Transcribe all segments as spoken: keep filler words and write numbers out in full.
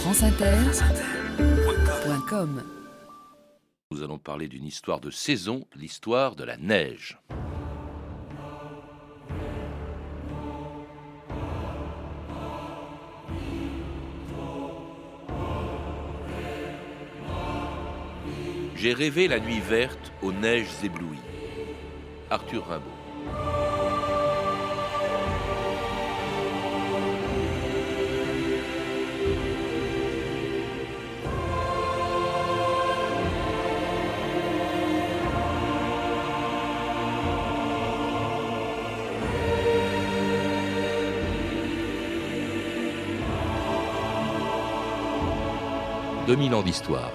France Inter point com. Nous allons parler d'une histoire de saison, l'histoire de la neige. J'ai rêvé la nuit verte aux neiges éblouies. Arthur Rimbaud. deux mille ans d'histoire.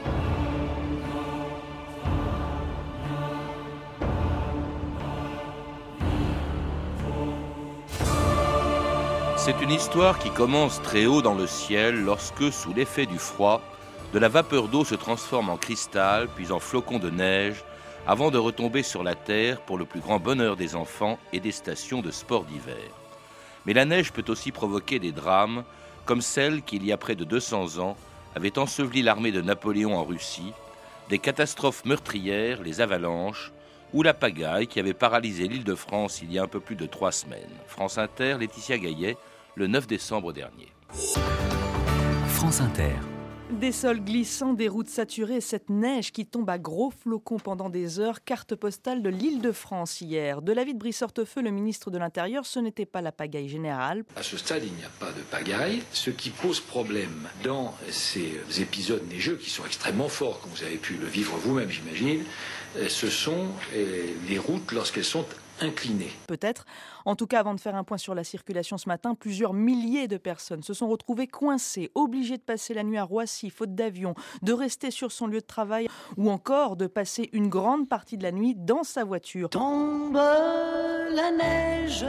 C'est une histoire qui commence très haut dans le ciel lorsque, sous l'effet du froid, de la vapeur d'eau se transforme en cristal, puis en flocons de neige, avant de retomber sur la terre pour le plus grand bonheur des enfants et des stations de sport d'hiver. Mais la neige peut aussi provoquer des drames, comme celle qui, il y a près de deux cents ans, avait enseveli l'armée de Napoléon en Russie, des catastrophes meurtrières, les avalanches, ou la pagaille qui avait paralysé l'Île-de-France il y a un peu plus de trois semaines. France Inter, Laetitia Gaillet, le neuf décembre dernier. France Inter. Des sols glissants, des routes saturées, cette neige qui tombe à gros flocons pendant des heures, carte postale de l'Île-de-France hier. De l'avis de Brice Hortefeux, le ministre de l'Intérieur, ce n'était pas la pagaille générale. À ce stade, il n'y a pas de pagaille. Ce qui pose problème dans ces épisodes neigeux, qui sont extrêmement forts, comme vous avez pu le vivre vous-même, j'imagine, ce sont les routes lorsqu'elles sont inclinées. Peut-être. En tout cas, avant de faire un point sur la circulation ce matin, plusieurs milliers de personnes se sont retrouvées coincées, obligées de passer la nuit à Roissy, faute d'avion, de rester sur son lieu de travail ou encore de passer une grande partie de la nuit dans sa voiture. Tombe la neige,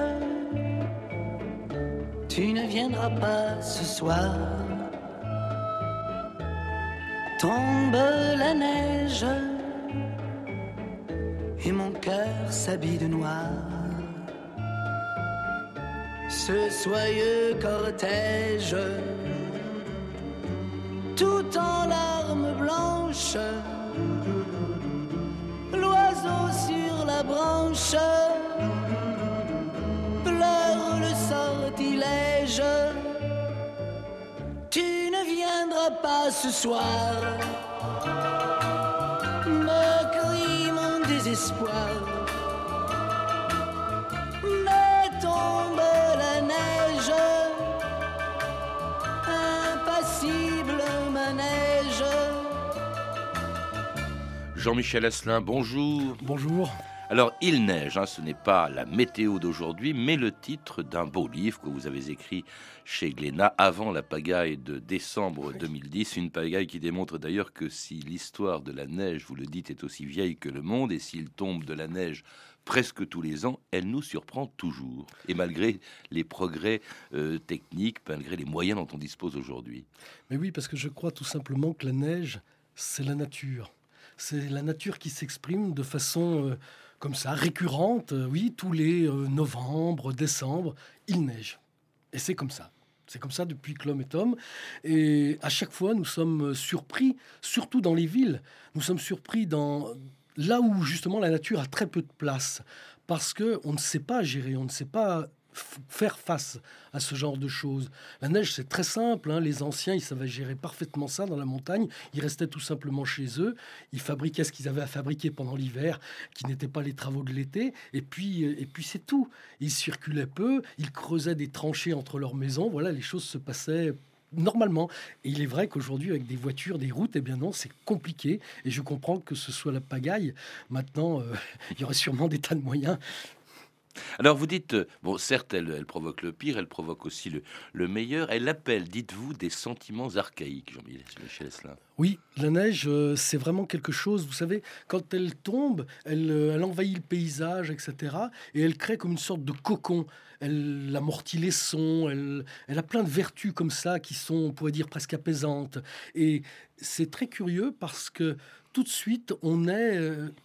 tu ne viendras pas ce soir. Tombe la neige, et mon cœur s'habille de noir. Ce soyeux cortège, tout en larmes blanches, l'oiseau sur la branche pleure le sortilège. Tu ne viendras pas ce soir, me crie mon désespoir. Mais tombe la neige, impassible manège. Jean-Michel Asselin, bonjour. Bonjour. Alors, il neige, hein, ce n'est pas la météo d'aujourd'hui, mais le titre d'un beau livre que vous avez écrit chez Glénat avant la pagaille de décembre deux mille dix. Une pagaille qui démontre d'ailleurs que si l'histoire de la neige, vous le dites, est aussi vieille que le monde, et s'il tombe de la neige presque tous les ans, elle nous surprend toujours. Et malgré les progrès euh, techniques, malgré les moyens dont on dispose aujourd'hui. Mais oui, parce que je crois tout simplement que la neige, c'est la nature. C'est la nature qui s'exprime de façon... Euh, comme ça, récurrente, euh, oui, tous les euh, novembre, décembre, il neige. Et c'est comme ça. C'est comme ça depuis que l'homme est homme. Et à chaque fois, nous sommes surpris, surtout dans les villes. Nous sommes surpris dans là où, justement, la nature a très peu de place. Parce qu'on ne sait pas gérer, on ne sait pas f- faire face à ce genre de choses. La neige, c'est très simple. Hein. Les anciens, ils savaient gérer parfaitement ça dans la montagne. Ils restaient tout simplement chez eux. Ils fabriquaient ce qu'ils avaient à fabriquer pendant l'hiver, qui n'étaient pas les travaux de l'été. Et puis, et puis c'est tout. Ils circulaient peu. Ils creusaient des tranchées entre leurs maisons. Voilà, les choses se passaient normalement. Et il est vrai qu'aujourd'hui, avec des voitures, des routes, eh bien non, c'est compliqué. Et je comprends que ce soit la pagaille. Maintenant, euh, il y aurait sûrement des tas de moyens. Alors vous dites, euh, bon certes elle, elle provoque le pire, elle provoque aussi le, le meilleur, elle appelle, dites-vous, des sentiments archaïques, Jean-Michel Asselin. Oui, la neige, euh, c'est vraiment quelque chose, vous savez, quand elle tombe, elle, euh, elle envahit le paysage, et cetera. Et elle crée comme une sorte de cocon. Elle amortit les sons, elle, elle a plein de vertus comme ça qui sont, on pourrait dire, presque apaisantes. Et c'est très curieux parce que tout de suite, on est... Euh,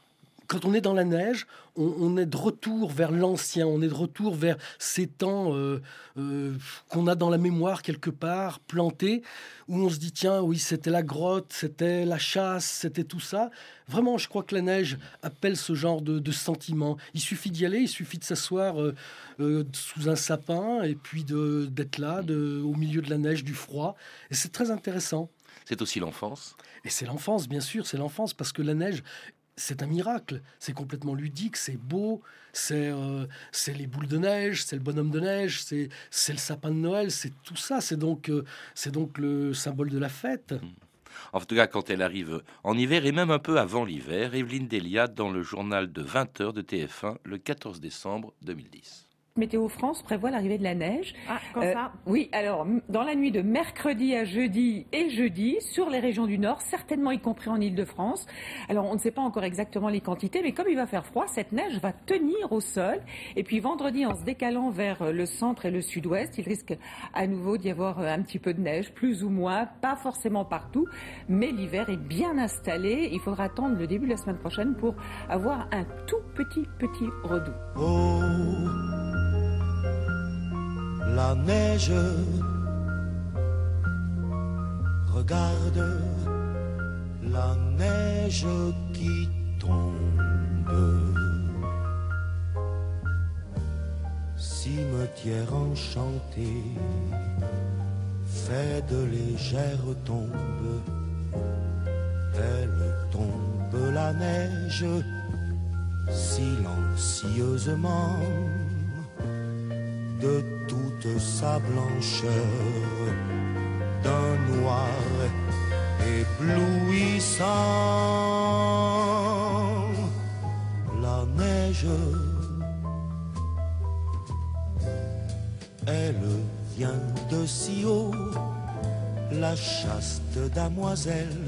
quand on est dans la neige, on, on est de retour vers l'ancien, on est de retour vers ces temps euh, euh, qu'on a dans la mémoire quelque part, plantés, où on se dit, tiens, oui, c'était la grotte, c'était la chasse, c'était tout ça. Vraiment, je crois que la neige appelle ce genre de, de sentiment. Il suffit d'y aller, il suffit de s'asseoir euh, euh, sous un sapin et puis de, d'être là, de, au milieu de la neige, du froid. Et c'est très intéressant. C'est aussi l'enfance. Et c'est l'enfance, bien sûr, c'est l'enfance, parce que la neige, c'est un miracle. C'est complètement ludique, c'est beau, c'est, euh, c'est les boules de neige, c'est le bonhomme de neige, c'est, c'est le sapin de Noël, c'est tout ça. C'est donc, euh, c'est donc le symbole de la fête. En tout cas, quand elle arrive en hiver et même un peu avant l'hiver, Evelyne Delia dans le journal de vingt heures de T F un le quatorze décembre deux mille dix. Météo France prévoit l'arrivée de la neige. Ah, quand Euh, ça Oui, alors, m- dans la nuit de mercredi à jeudi et jeudi, sur les régions du Nord, certainement y compris en Île-de-France. Alors, on ne sait pas encore exactement les quantités, mais comme il va faire froid, cette neige va tenir au sol. Et puis, vendredi, en se décalant vers euh, le centre et le sud-ouest, il risque à nouveau d'y avoir euh, un petit peu de neige, plus ou moins, pas forcément partout, mais l'hiver est bien installé. Il faudra attendre le début de la semaine prochaine pour avoir un tout petit, petit redout. Oh, la neige, regarde la neige qui tombe. Cimetière enchanté, fait de légères tombes. Elle tombe la neige silencieusement de toute sa blancheur d'un noir éblouissant. La neige, elle vient de si haut, la chaste damoiselle,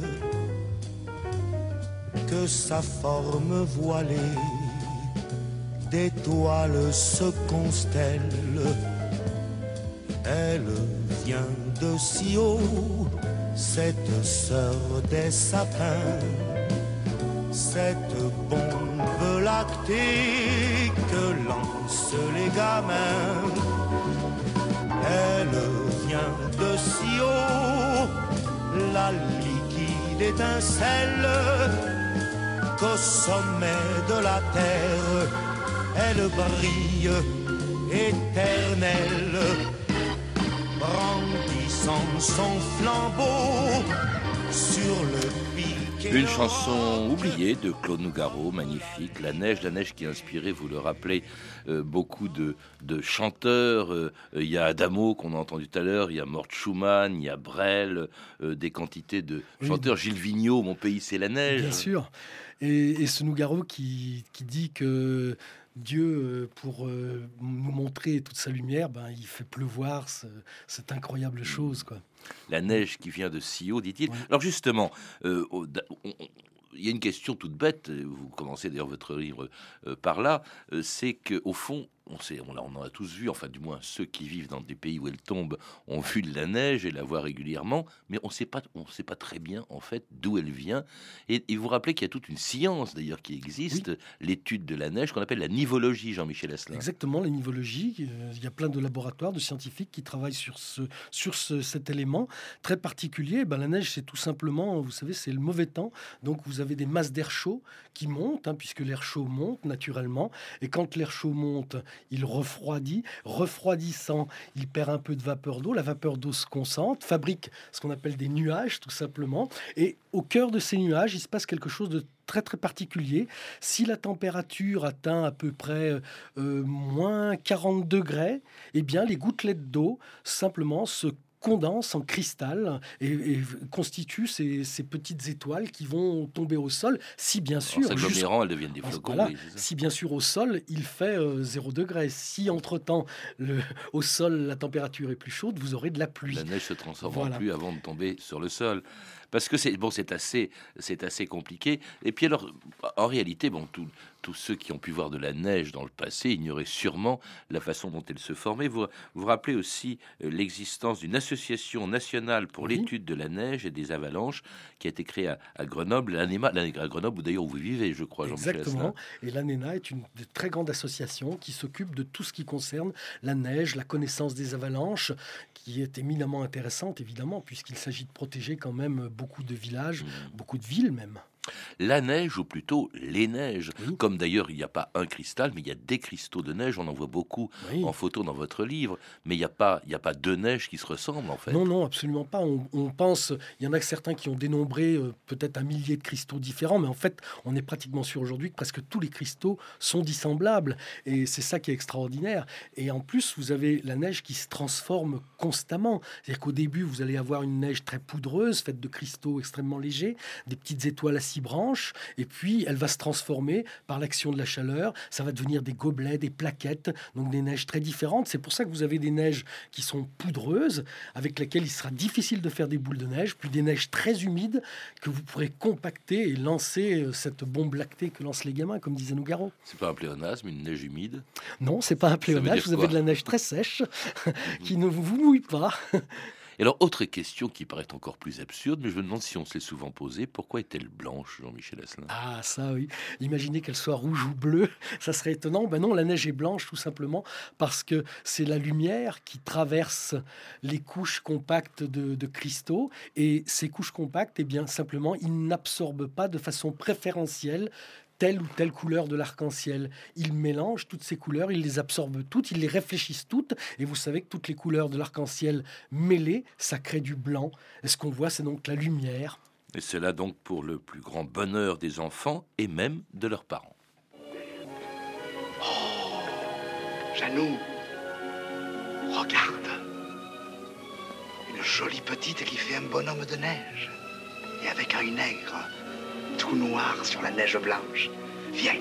que sa forme voilée d'étoiles se constelle. Elle vient de si haut, cette sœur des sapins, cette bombe lactée que lancent les gamins. Elle vient de si haut, la liquide étincelle, qu'au sommet de la terre elle brille éternelle, brandissant son flambeau sur le pic. Une chanson oubliée de Claude Nougaro, magnifique. La neige, la neige qui a inspiré, vous le rappelez, euh, beaucoup de, de chanteurs. Euh, il y a Adamo qu'on a entendu tout à l'heure, il y a Mort Schumann, il y a Brel, euh, des quantités de Oui. chanteurs. Gilles Vigneault, Mon pays c'est la neige. Bien sûr. Et, et ce Nougaro qui, qui dit que Dieu, pour euh, nous montrer toute sa lumière, ben, il fait pleuvoir ce- cette incroyable chose, quoi. La neige qui vient de si haut, dit-il. Ouais. Alors justement, euh, au- on- on- il y a une question toute bête, vous commencez d'ailleurs votre livre euh, par là, euh, c'est qu'au fond, on, sait, on, l'a- on en a tous vu, enfin du moins ceux qui vivent dans des pays où elle tombe ont vu de la neige et la voient régulièrement, mais on sait pas, on sait pas très bien en fait d'où elle vient. Et, et vous rappelez qu'il y a toute une science d'ailleurs qui existe, l'étude de la neige qu'on appelle la nivologie, Jean-Michel Asselin. Exactement, la nivologie. euh, Il y a plein de laboratoires, de scientifiques qui travaillent sur, ce, sur ce- cet élément très particulier. Ben, la neige, c'est tout simplement, vous savez, c'est le mauvais temps. Donc, vous avez des masses d'air chaud qui montent, hein, puisque l'air chaud monte naturellement. Et quand l'air chaud monte, il refroidit. Refroidissant, il perd un peu de vapeur d'eau. La vapeur d'eau se concentre, fabrique ce qu'on appelle des nuages, tout simplement. Et au cœur de ces nuages, il se passe quelque chose de très très particulier. Si la température atteint à peu près euh, moins quarante degrés, eh bien les gouttelettes d'eau simplement se condensent en cristal et, et constituent ces, ces petites étoiles qui vont tomber au sol, si bien En sûr, jusqu'au- s'agglomérant, elles deviennent des flocons. voilà. oui, c'est ça. si bien sûr au sol il fait euh, zéro degré. Si entre-temps le, au sol la température est plus chaude, vous aurez de la pluie. La neige se transforme Voilà. en pluie avant de tomber sur le sol. Parce que c'est bon, c'est assez, c'est assez compliqué. Et puis alors, en réalité, bon, tous tous ceux qui ont pu voir de la neige dans le passé ignoraient sûrement la façon dont elle se formait. Vous vous rappelez aussi euh, l'existence d'une association l'Association nationale pour Oui. l'étude de la neige et des avalanches qui a été créée à, à Grenoble, l'ANEMA, à Grenoble où d'ailleurs vous vivez, je crois, Jean-Michel Exactement. Asselin. Et l'ANENA est une de très grande association qui s'occupe de tout ce qui concerne la neige, la connaissance des avalanches, qui est éminemment intéressante, évidemment, puisqu'il s'agit de protéger quand même beaucoup de villages, Mmh. beaucoup de villes même. La neige, ou plutôt les neiges, Oui. comme d'ailleurs il n'y a pas un cristal, mais il y a des cristaux de neige, on en voit beaucoup Oui. en photo dans votre livre, mais il n'y a pas, il n'y a pas deux neiges qui se ressemblent en fait. Non, non, absolument pas. On, on pense, il y en a certains qui ont dénombré euh, peut-être un millier de cristaux différents, mais en fait, on est pratiquement sûr aujourd'hui que presque tous les cristaux sont dissemblables. Et c'est ça qui est extraordinaire. Et en plus, vous avez la neige qui se transforme constamment. C'est-à-dire qu'au début, vous allez avoir une neige très poudreuse, faite de cristaux extrêmement légers, des petites étoiles à six branches, et puis elle va se transformer par l'action de la chaleur. Ça va devenir des gobelets, des plaquettes, donc des neiges très différentes. C'est pour ça que vous avez des neiges qui sont poudreuses, avec lesquelles il sera difficile de faire des boules de neige, puis des neiges très humides que vous pourrez compacter et lancer euh, cette bombe lactée que lancent les gamins, comme disait Nougaro. C'est pas un pléonasme, une neige humide. Non, c'est pas un veut pléonasme, dire vous avez quoi de la neige très sèche qui ne vous mouille pas. Et alors, autre question qui paraît encore plus absurde, mais je me demande si on se l'est souvent posée, pourquoi est-elle blanche, Jean-Michel Asselin? Ah, ça oui. Imaginez qu'elle soit rouge ou bleue, ça serait étonnant. Ben non, la neige est blanche tout simplement parce que c'est la lumière qui traverse les couches compactes de, de cristaux. Et ces couches compactes, eh bien, simplement, ils n'absorbent pas de façon préférentielle telle ou telle couleur de l'arc-en-ciel. Ils mélangent toutes ces couleurs, ils les absorbent toutes, ils les réfléchissent toutes. Et vous savez que toutes les couleurs de l'arc-en-ciel mêlées, ça crée du blanc. Et ce qu'on voit, c'est donc la lumière. Et cela donc pour le plus grand bonheur des enfants et même de leurs parents. Janou, regarde. Une jolie petite qui fait un bonhomme de neige. Et avec un œil nègre, tout noir sur la neige blanche. Viens.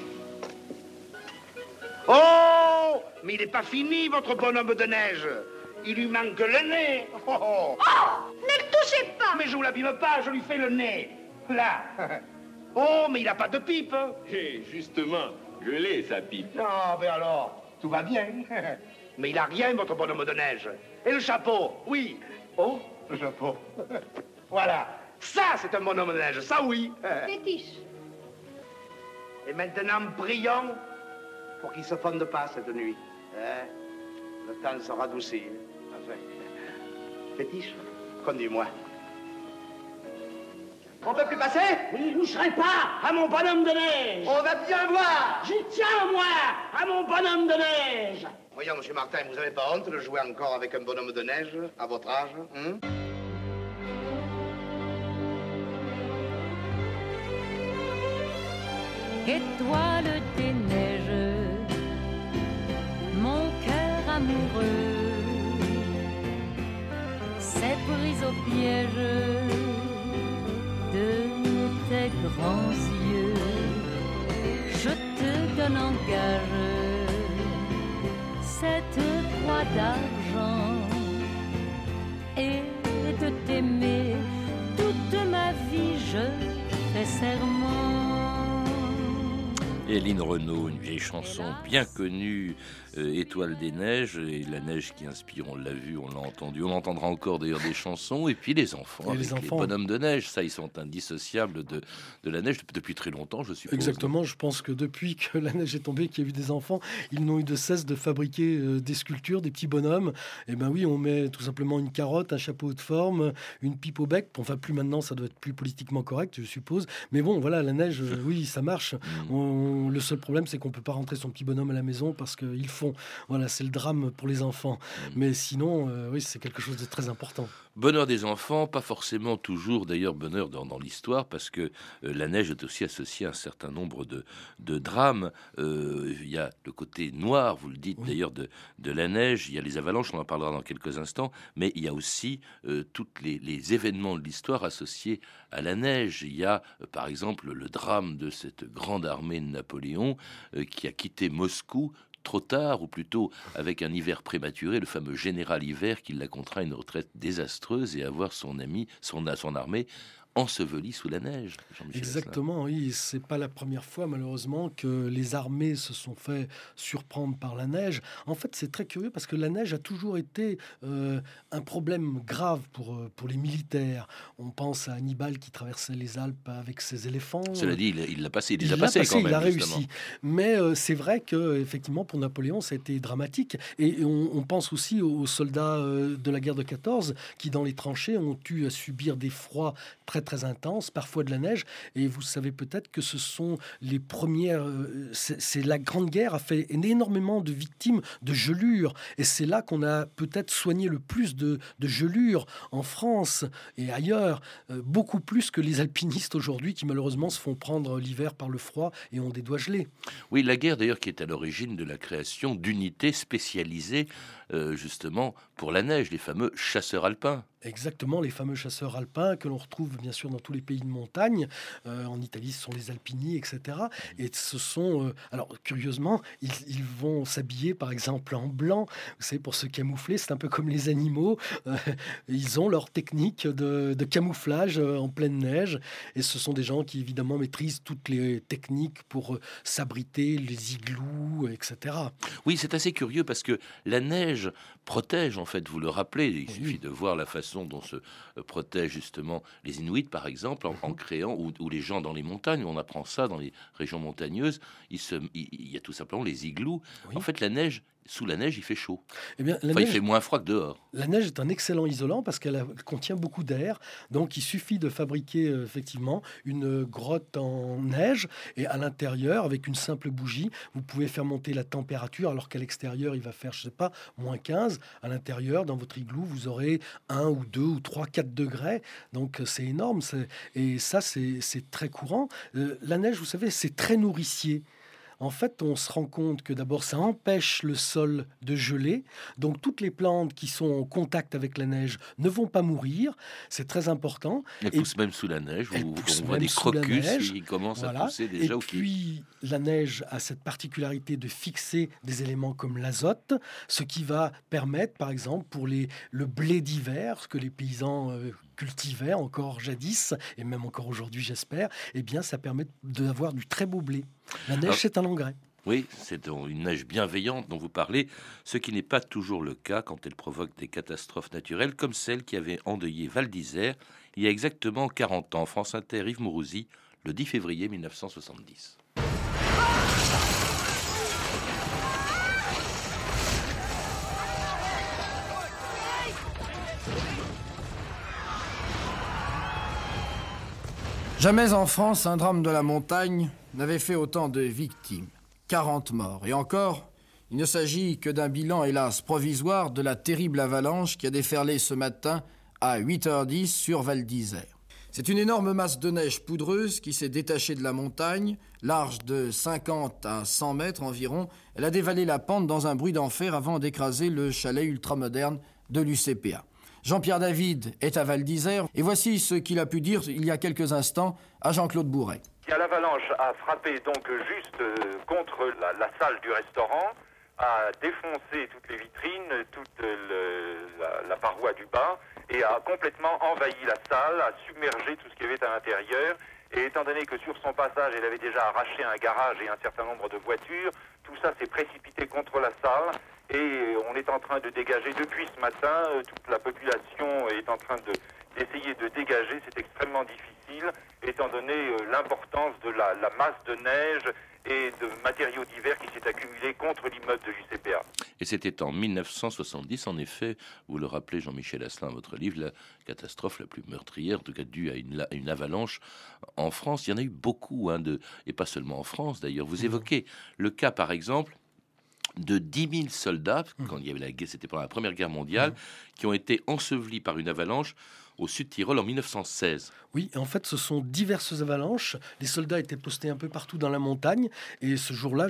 Oh, mais il n'est pas fini, votre bonhomme de neige. Il lui manque le nez. Oh, oh. Oh, ne le touchez pas. Mais je vous l'abîme pas, je lui fais le nez. Là. Oh, mais il n'a pas de pipe. Et justement, je l'ai, sa pipe. Non, mais alors, tout va bien. Mais il a rien, votre bonhomme de neige. Et le chapeau, oui. Oh, le chapeau. Voilà. Ça, c'est un bonhomme de neige, ça oui. Fétiche. Et maintenant, prions pour qu'il ne se fonde pas cette nuit. Hein? Le temps sera radoucir. Enfin. Fétiche, conduis-moi. On peut plus passer? Vous ne toucherez pas à mon bonhomme de neige. On va bien voir. J'y tiens, moi, à mon bonhomme de neige. Voyons, monsieur Martin, vous n'avez pas honte de jouer encore avec un bonhomme de neige à votre âge, hein? Étoile des neiges, mon cœur amoureux s'est pris au piège de tes grands yeux. Je te donne en gage cette croix d'argent et de t'aimer toute ma vie, je fais serment. Éline Renaud, une vieille chanson bien connue, euh, Étoile des neiges, et la neige qui inspire, on l'a vu, on l'a entendu, on entendra encore d'ailleurs des chansons, et puis les enfants, Et avec les les, enfants. bonhommes de neige, ça ils sont indissociables de, de la neige depuis très longtemps, je suppose. Exactement, je pense que depuis que la neige est tombée, qu'il y a eu des enfants, ils n'ont eu de cesse de fabriquer euh, des sculptures, des petits bonhommes. Et ben oui, on met tout simplement une carotte, un chapeau de forme, une pipe au bec. Enfin, plus maintenant, ça doit être plus politiquement correct, je suppose. Mais bon, voilà, la neige, euh, oui, ça marche. Mm. On- le seul problème, c'est qu'on peut pas rentrer son petit bonhomme à la maison parce qu'ils font. Voilà, c'est le drame pour les enfants. Mm. Mais sinon, euh, oui, c'est quelque chose de très important. Bonheur des enfants, pas forcément toujours d'ailleurs bonheur dans, dans l'histoire, parce que euh, la neige est aussi associée à un certain nombre de, de drames. Euh, Il y a le côté noir, vous le dites Oui. d'ailleurs, de, de la neige, il y a les avalanches, on en parlera dans quelques instants, mais il y a aussi euh, tous les, les événements de l'histoire associés à la neige. Il y a euh, par exemple le drame de cette grande armée de Napoléon euh, qui a quitté Moscou trop tard, ou plutôt avec un hiver prématuré, le fameux général hiver qui l'a contraint à une retraite désastreuse et à voir son ami, son, son armée ensevelis sous la neige. Exactement, oui. C'est pas la première fois, malheureusement, que les armées se sont fait surprendre par la neige. En fait, c'est très curieux parce que la neige a toujours été euh, un problème grave pour, pour les militaires. On pense à Hannibal qui traversait les Alpes avec ses éléphants. Cela dit, il l'a passé, il les il a passés passé, quand même. Il a justement. réussi. Mais euh, c'est vrai que effectivement, pour Napoléon, ça a été dramatique. Et on, on pense aussi aux soldats euh, de la guerre de quatorze qui, dans les tranchées, ont eu à subir des froids très très intenses, parfois de la neige. Et vous savez peut-être que ce sont les premières... Euh, c'est, c'est la Grande Guerre a fait énormément de victimes de gelures. Et c'est là qu'on a peut-être soigné le plus de, de gelures en France et ailleurs, euh, beaucoup plus que les alpinistes aujourd'hui qui malheureusement se font prendre l'hiver par le froid et ont des doigts gelés. Oui, la guerre d'ailleurs qui est à l'origine de la création d'unités spécialisées euh, justement pour la neige, les fameux chasseurs alpins. Exactement, les fameux chasseurs alpins que l'on retrouve bien sûr dans tous les pays de montagne. Euh, en Italie, ce sont les alpini, et cetera. Et ce sont... Euh, alors, curieusement, ils, ils vont s'habiller, par exemple, en blanc. Vous savez, pour se camoufler, c'est un peu comme les animaux. Euh, ils ont leur technique de, de camouflage euh, en pleine neige. Et ce sont des gens qui, évidemment, maîtrisent toutes les techniques pour euh, s'abriter, les igloos, et cetera. Oui, c'est assez curieux parce que la neige protège, en fait, vous le rappelez. Il oui. suffit de voir la façon dont se protègent justement les Inuits, par exemple, en, en créant, ou, ou les gens dans les montagnes, on apprend ça dans les régions montagneuses, il, se, il, il y a tout simplement les igloos. Oui. En fait, la neige, sous la neige, il fait chaud. Eh bien, la enfin, neige, il fait moins froid que dehors. La neige est un excellent isolant parce qu'elle a, contient beaucoup d'air. Donc, il suffit de fabriquer euh, effectivement une grotte en neige et à l'intérieur, avec une simple bougie, vous pouvez faire monter la température alors qu'à l'extérieur, il va faire, je sais pas, moins quinze. À l'intérieur, dans votre igloo, vous aurez un ou deux ou trois, quatre degrés. Donc, c'est énorme. C'est, et ça, c'est, c'est très courant. Euh, la neige, vous savez, c'est très nourricier. En fait, on se rend compte que d'abord, ça empêche le sol de geler. Donc, toutes les plantes qui sont en contact avec la neige ne vont pas mourir. C'est très important. Elles poussent même sous la neige. Où on voit des crocus qui commencent voilà. à pousser déjà. Et puis, qui... la neige a cette particularité de fixer des éléments comme l'azote, ce qui va permettre, par exemple, pour les, le blé d'hiver, ce que les paysans... Euh, cultivaient encore jadis, et même encore aujourd'hui, j'espère, eh bien, ça permet d'avoir du très beau blé. La neige, Alors, c'est un engrais. Oui, c'est une neige bienveillante dont vous parlez, ce qui n'est pas toujours le cas quand elle provoque des catastrophes naturelles, comme celle qui avait endeuillé Val d'Isère il y a exactement quarante ans. France Inter, Yves Mourouzi, le dix février mille neuf cent soixante-dix. Jamais en France, un drame de la montagne n'avait fait autant de victimes. quarante morts. Et encore, il ne s'agit que d'un bilan, hélas, provisoire de la terrible avalanche qui a déferlé ce matin à huit heures dix sur Val d'Isère. C'est une énorme masse de neige poudreuse qui s'est détachée de la montagne, large de cinquante à cent mètres environ. Elle a dévalé la pente dans un bruit d'enfer avant d'écraser le chalet ultramoderne de l'U C P A. Jean-Pierre David est à Val d'Isère et voici ce qu'il a pu dire il y a quelques instants à Jean-Claude Bourret. L'avalanche a frappé donc juste euh, contre la, la salle du restaurant, a défoncé toutes les vitrines, toute le, la, la paroi du bas et a complètement envahi la salle, a submergé tout ce qu'il y avait à l'intérieur. Et étant donné que sur son passage, elle avait déjà arraché un garage et un certain nombre de voitures, tout ça s'est précipité contre la salle. Et on est en train de dégager depuis ce matin, toute la population est en train de, d'essayer de dégager. C'est extrêmement difficile, étant donné l'importance de la, la masse de neige et de matériaux divers qui s'est accumulé contre l'immeuble de l'U C P A. Et c'était en mille neuf cent soixante-dix, en effet, vous le rappelez Jean-Michel Asselin dans votre livre, la catastrophe la plus meurtrière, en tout cas due à une, à une avalanche en France. Il y en a eu beaucoup, hein, de, et pas seulement en France d'ailleurs. Vous évoquez le cas par exemple de dix mille soldats, quand il y avait la guerre, c'était pendant la Première Guerre mondiale, mmh. qui ont été ensevelis par une avalanche au Sud-Tyrol en mille neuf cent seize. Oui, en fait, ce sont diverses avalanches. Les soldats étaient postés un peu partout dans la montagne. Et ce jour-là, je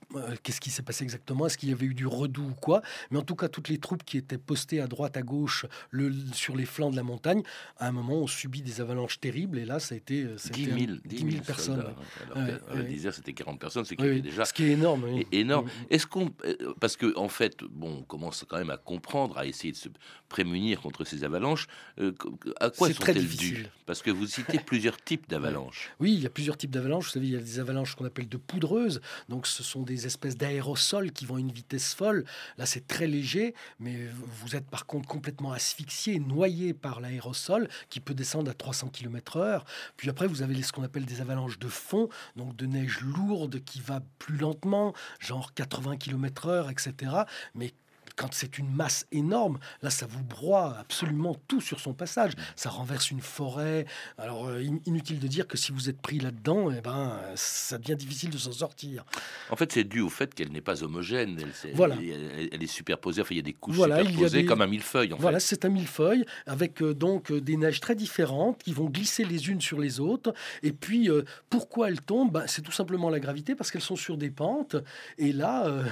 euh, qu'est-ce qui s'est passé exactement? Est-ce qu'il y avait eu du redout ou quoi? Mais en tout cas, toutes les troupes qui étaient postées à droite, à gauche, le, sur les flancs de la montagne, à un moment, ont subi des avalanches terribles. Et là, ça a été dix mille personnes. Soldats, ouais. Alors ouais, que le ouais. désert, c'était quarante personnes, c'est Oui, oui, déjà... ce qui est énorme. Oui. énorme. Oui. Est-ce qu'on... Parce que, en fait, bon, on commence quand même à comprendre, à essayer de se prémunir contre ces avalanches. Euh, à quoi sont-elles dues? Parce que vous citez plusieurs types d'avalanches. Oui, il y a plusieurs types d'avalanches. Vous savez, il y a des avalanches qu'on appelle de poudreuses. Donc, ce sont des espèces d'aérosols qui vont à une vitesse folle. Là, c'est très léger, mais vous êtes par contre complètement asphyxié, noyé par l'aérosol qui peut descendre à trois cents kilomètres heure. Puis après, vous avez ce qu'on appelle des avalanches de fond, donc de neige lourde qui va plus lentement, genre quatre-vingts kilomètres heure, et cetera. Mais quand c'est une masse énorme, là, ça vous broie absolument tout sur son passage. Ça renverse une forêt. Alors, euh, inutile de dire que si vous êtes pris là-dedans, eh ben, ça devient difficile de s'en sortir. En fait, c'est dû au fait qu'elle n'est pas homogène. Elle, c'est, voilà. elle, elle est superposée. Enfin, il y a des couches voilà, superposées des... comme un millefeuille. En voilà, fait. c'est un millefeuille avec euh, donc euh, des neiges très différentes qui vont glisser les unes sur les autres. Et puis, euh, pourquoi elles tombent? Ben, c'est tout simplement la gravité, parce qu'elles sont sur des pentes. Et là, euh,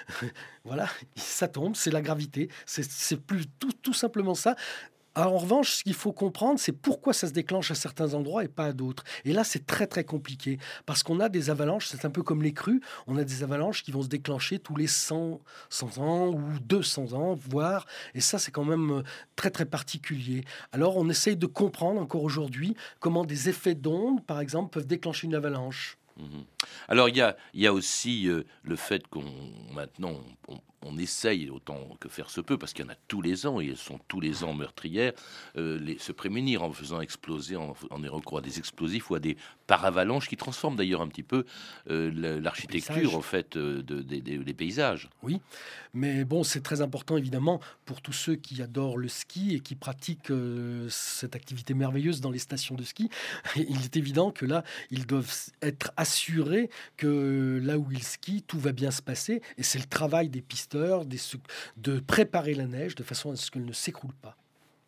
voilà, ça tombe. C'est la gravité, c'est, c'est plus tout, tout simplement ça. Alors, en revanche, ce qu'il faut comprendre, c'est pourquoi ça se déclenche à certains endroits et pas à d'autres. Et là, c'est très, très compliqué, parce qu'on a des avalanches, c'est un peu comme les crues, on a des avalanches qui vont se déclencher tous les cent, cent ans ou deux cents ans, voire, et ça, c'est quand même très, très particulier. Alors, on essaye de comprendre encore aujourd'hui comment des effets d'onde, par exemple, peuvent déclencher une avalanche. Mmh. Alors, il y a, y a aussi euh, le fait qu'on, maintenant, on, on essaye autant que faire se peut, parce qu'il y en a tous les ans, et elles sont tous les ans meurtrières, euh, les, se prémunir en faisant exploser, en, en ayant recours à des explosifs ou à des paravalanches qui transforment d'ailleurs un petit peu euh, l'architecture, en fait, euh, de, de, de, des paysages. Oui, mais bon, c'est très important, évidemment, pour tous ceux qui adorent le ski et qui pratiquent euh, cette activité merveilleuse dans les stations de ski. Il est évident que là, ils doivent être assurés que là où ils skient, tout va bien se passer, et c'est le travail des pisteurs Des, de préparer la neige de façon à ce qu'elle ne s'écroule pas.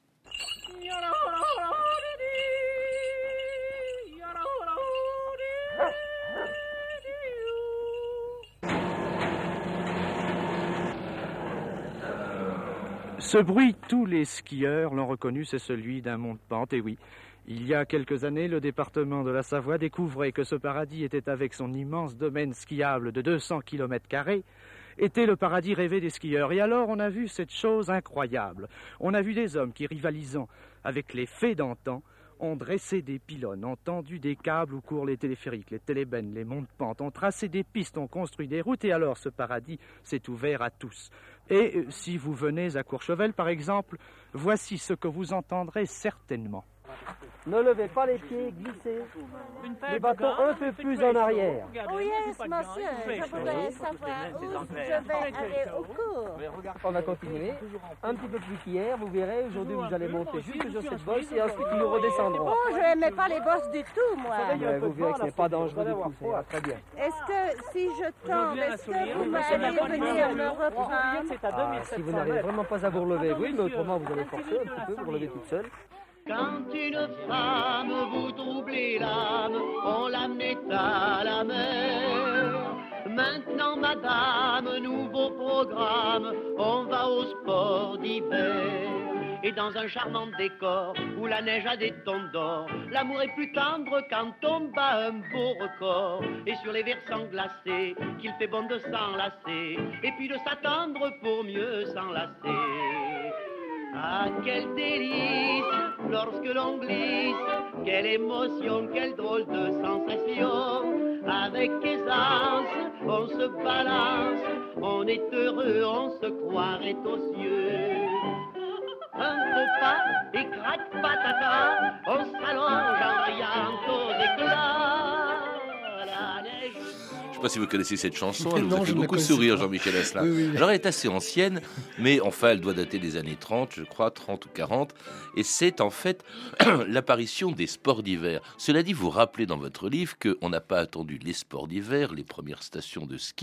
Ce bruit, tous les skieurs l'ont reconnu, c'est celui d'un mont de pente, et oui. Il y a quelques années, le département de la Savoie découvrait que ce paradis était, avec son immense domaine skiable de deux cents kilomètres carrés, était le paradis rêvé des skieurs. Et alors, on a vu cette chose incroyable. On a vu des hommes qui, rivalisant avec les fées d'antan, ont dressé des pylônes, ont tendu des câbles où courent les téléphériques, les télébennes, les monts de pente, ont tracé des pistes, ont construit des routes, et alors ce paradis s'est ouvert à tous. Et si vous venez à Courchevel, par exemple, voici ce que vous entendrez certainement. Ne levez pas les pieds, glissez. Les bâtons un peu plus en arrière. Oh yes, monsieur, je voudrais savoir où je vais aller au cours. On va continuer. Un petit peu plus qu'hier, vous verrez, aujourd'hui vous allez monter jusque sur cette bosse et ensuite nous redescendrons. Oh, je n'aimais pas les bosses du tout, moi. Mais vous verrez que ce n'est pas dangereux du tout, ça ira très bien. Est-ce que si je tombe, est-ce que vous m'allez venir me reprendre? Ah, si vous n'arrivez vraiment pas à vous relever, oui, mais autrement vous allez forcer un petit peu, vous relever toute seule. Quand une femme vous troublez l'âme, on la met à la mer. Maintenant, madame, nouveau programme, on va au sport d'hiver. Et dans un charmant décor où la neige a des tons d'or, l'amour est plus tendre quand on bat un beau record. Et sur les versants glacés, qu'il fait bon de s'enlacer, et puis de s'attendre pour mieux s'enlacer. Ah, quel délice lorsque l'on glisse, quelle émotion, quelle drôle de sensation. Avec aisance, on se balance, on est heureux, on se croirait aux cieux. Un faux pas et crac patata, on s'allonge en riant aux éclats. La neige. Je ne sais pas si vous connaissez cette chanson, elle vous non, a fait beaucoup sourire, Jean-Michel Asselin. Oui, oui. Alors, elle est assez ancienne, mais enfin, elle doit dater des années trente, je crois, trente ou quarante. Et c'est en fait l'apparition des sports d'hiver. Cela dit, vous rappelez dans votre livre qu'on n'a pas attendu les sports d'hiver, les premières stations de ski,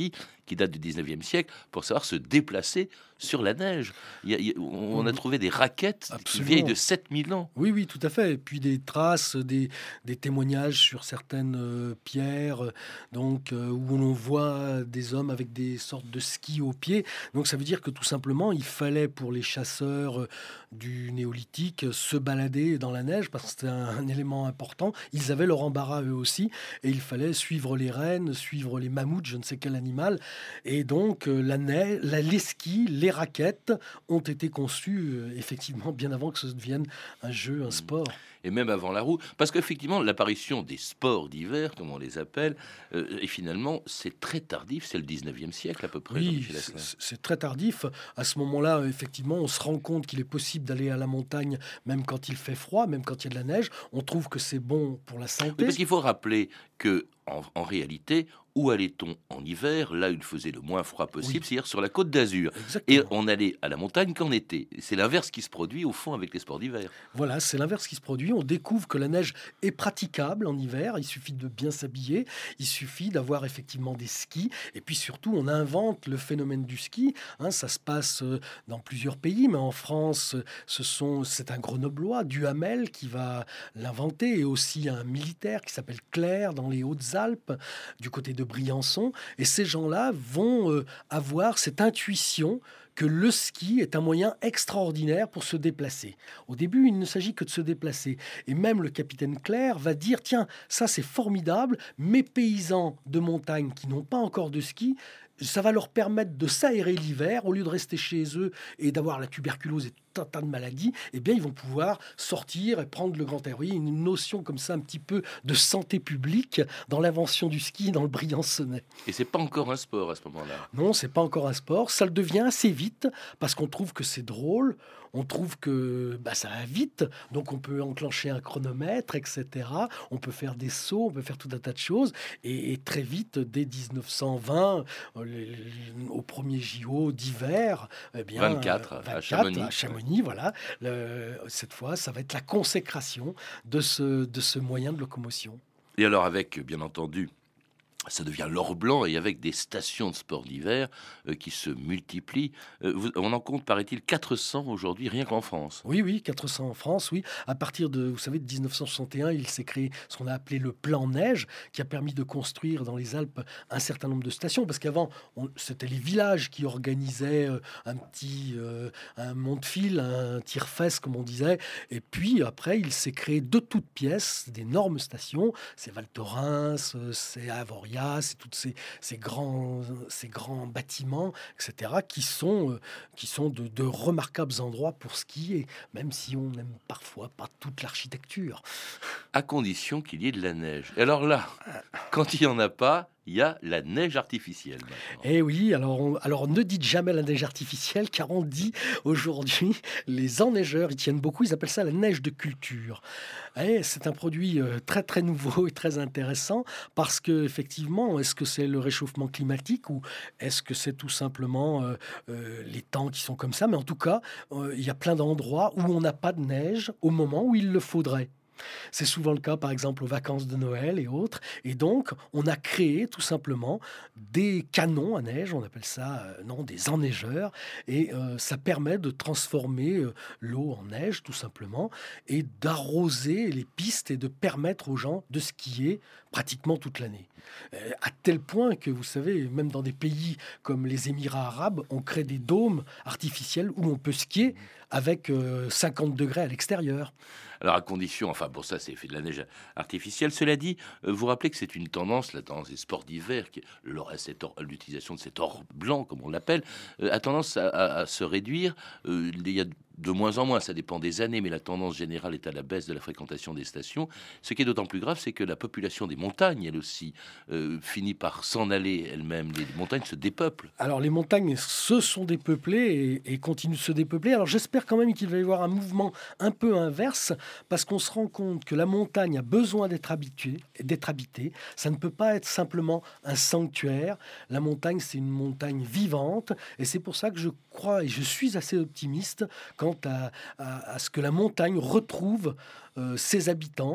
qui date du dix-neuvième siècle pour savoir se déplacer sur la neige. Il y a, il y a, on a trouvé des raquettes Absolument. vieilles de sept mille ans. Oui, oui, tout à fait. Et puis des traces, des, des témoignages sur certaines euh, pierres, euh, donc euh, où l'on voit des hommes avec des sortes de skis aux pieds. Donc ça veut dire que tout simplement, il fallait pour les chasseurs euh, du néolithique se balader dans la neige parce que c'était un, un élément important. Ils avaient leur embarras eux aussi et il fallait suivre les rennes, suivre les mammouths, je ne sais quel animal. Et donc euh, la neige, la, les skis, les raquettes ont été conçus euh, effectivement bien avant que ce devienne un jeu, un sport. Et même avant la roue, parce qu'effectivement, l'apparition des sports d'hiver, comme on les appelle, euh, et finalement, c'est très tardif, c'est le dix-neuvième siècle à peu près. Oui, c'est, c'est très tardif. À ce moment-là, effectivement, on se rend compte qu'il est possible d'aller à la montagne, même quand il fait froid, même quand il y a de la neige. On trouve que c'est bon pour la santé. Oui, parce qu'il faut rappeler que, en, en réalité, où allait-on en hiver, là où il faisait le moins froid possible, oui. c'est-à-dire sur la côte d'Azur. Exactement. Et on allait à la montagne qu'en été. C'est l'inverse qui se produit, au fond, avec les sports d'hiver. Voilà, c'est l'inverse qui se produit. On découvre que la neige est praticable en hiver. Il suffit de bien s'habiller. Il suffit d'avoir effectivement des skis. Et puis surtout, on invente le phénomène du ski. Hein, ça se passe dans plusieurs pays, mais en France, ce sont, c'est un Grenoblois, Duhamel, qui va l'inventer, et aussi un militaire qui s'appelle Clerc, dans les Hautes-Alpes, du côté de Briançon. Et ces gens-là vont euh, avoir cette intuition que le ski est un moyen extraordinaire pour se déplacer. Au début, il ne s'agit que de se déplacer. Et même le capitaine Clerc va dire, tiens, ça c'est formidable, mes paysans de montagne qui n'ont pas encore de ski, ça va leur permettre de s'aérer l'hiver, au lieu de rester chez eux et d'avoir la tuberculose et tout un tas de maladies, eh bien, ils vont pouvoir sortir et prendre le grand air. Vous voyez, une notion comme ça, un petit peu de santé publique dans l'invention du ski dans le Briançonnais. Et c'est pas encore un sport à ce moment-là. Non, c'est pas encore un sport. Ça le devient assez vite parce qu'on trouve que c'est drôle. On trouve que bah, ça va vite, donc on peut enclencher un chronomètre, et cetera. On peut faire des sauts, on peut faire tout un tas de choses. Et, et très vite, dès dix-neuf cent vingt, les, les, au premier J O d'hiver, eh bien, vingt-quatre, euh, vingt-quatre à Chamonix. À Chamonix, voilà. Le, cette fois, ça va être la consécration de ce, de ce moyen de locomotion. Et alors avec, bien entendu, ça devient l'or blanc, et avec des stations de sport d'hiver euh, qui se multiplient. Euh, vous, on en compte, paraît-il, quatre cents aujourd'hui, rien qu'en France. Oui, oui, quatre cents en France, oui. À partir de, vous savez, de dix-neuf cent soixante et un, il s'est créé ce qu'on a appelé le plan neige, qui a permis de construire dans les Alpes un certain nombre de stations, parce qu'avant, on, c'était les villages qui organisaient euh, un petit euh, un monte-fil, un tire-fesse, comme on disait. Et puis, après, il s'est créé de toutes pièces d'énormes stations. C'est Val Thorens, c'est Avoria, c'est tous ces, ces, grands, ces grands bâtiments, et cetera, qui sont, euh, qui sont de, de remarquables endroits pour skier, même si on n'aime parfois pas toute l'architecture. À condition qu'il y ait de la neige. Et alors là, quand il n'y en a pas, il y a la neige artificielle. Eh oui, alors, on, alors ne dites jamais la neige artificielle, car on dit aujourd'hui, les enneigeurs, ils tiennent beaucoup, ils appellent ça la neige de culture. Et c'est un produit euh, très très nouveau et très intéressant, parce que effectivement, est-ce que c'est le réchauffement climatique ou est-ce que c'est tout simplement euh, euh, les temps qui sont comme ça? Mais en tout cas, euh, il y a plein d'endroits où on n'a pas de neige au moment où il le faudrait. C'est souvent le cas, par exemple, aux vacances de Noël et autres. Et donc, on a créé tout simplement des canons à neige, on appelle ça euh, non, des enneigeurs. Et euh, ça permet de transformer euh, l'eau en neige, tout simplement, et d'arroser les pistes et de permettre aux gens de skier pratiquement toute l'année. Euh, à tel point que, vous savez, même dans des pays comme les Émirats arabes, on crée des dômes artificiels où on peut skier avec euh, cinquante degrés à l'extérieur. Alors à condition, enfin pour ça c'est fait de la neige artificielle. Cela dit, euh, vous rappelez que c'est une tendance, la tendance des sports d'hiver, qui, l'utilisation de cet or blanc comme on l'appelle, euh, a tendance à, à, à se réduire. Euh, il y a de moins en moins, ça dépend des années, mais la tendance générale est à la baisse de la fréquentation des stations. Ce qui est d'autant plus grave, c'est que la population des montagnes, elle aussi, euh, finit par s'en aller elle-même. Les montagnes se dépeuplent. Alors les montagnes se sont dépeuplées et, et continuent de se dépeupler. Alors j'espère quand même qu'il va y avoir un mouvement un peu inverse, parce qu'on se rend compte que la montagne a besoin d'être habitée, d'être habitée. Ça ne peut pas être simplement un sanctuaire. La montagne, c'est une montagne vivante, et c'est pour ça que je crois et je suis assez optimiste quant à, à, à ce que la montagne retrouve euh, ses habitants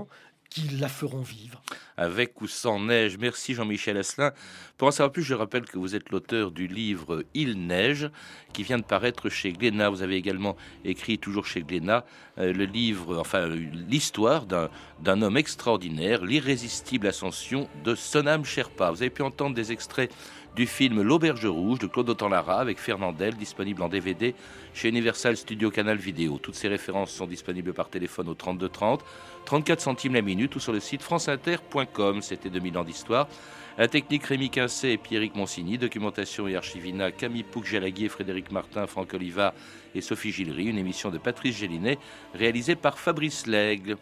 qui la feront vivre. Avec ou sans neige. Merci Jean-Michel Asselin. Pour en savoir plus, je rappelle que vous êtes l'auteur du livre Il neige, qui vient de paraître chez Glénat. Vous avez également écrit, toujours chez Glénat, euh, le livre, enfin l'histoire d'un, d'un homme extraordinaire, l'irrésistible ascension de Sonam Sherpa. Vous avez pu entendre des extraits du film L'Auberge Rouge de Claude Autant-Lara avec Fernandel, disponible en D V D chez Universal Studio Canal Vidéo. Toutes ces références sont disponibles par téléphone au trente-deux trente, trente-quatre centimes la minute ou sur le site franceinter point com. C'était deux mille ans d'histoire. La technique Rémi Quincet et Pierrick Monsigny, documentation et archivina Camille Pouc-Jalagui, Frédéric Martin, Franck Oliva et Sophie Gillery. Une émission de Patrice Gélinet réalisée par Fabrice Lègle.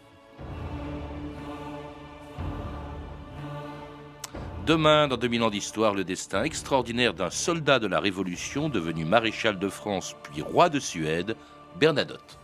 Demain, dans deux mille ans d'histoire, le destin extraordinaire d'un soldat de la Révolution devenu maréchal de France puis roi de Suède, Bernadotte.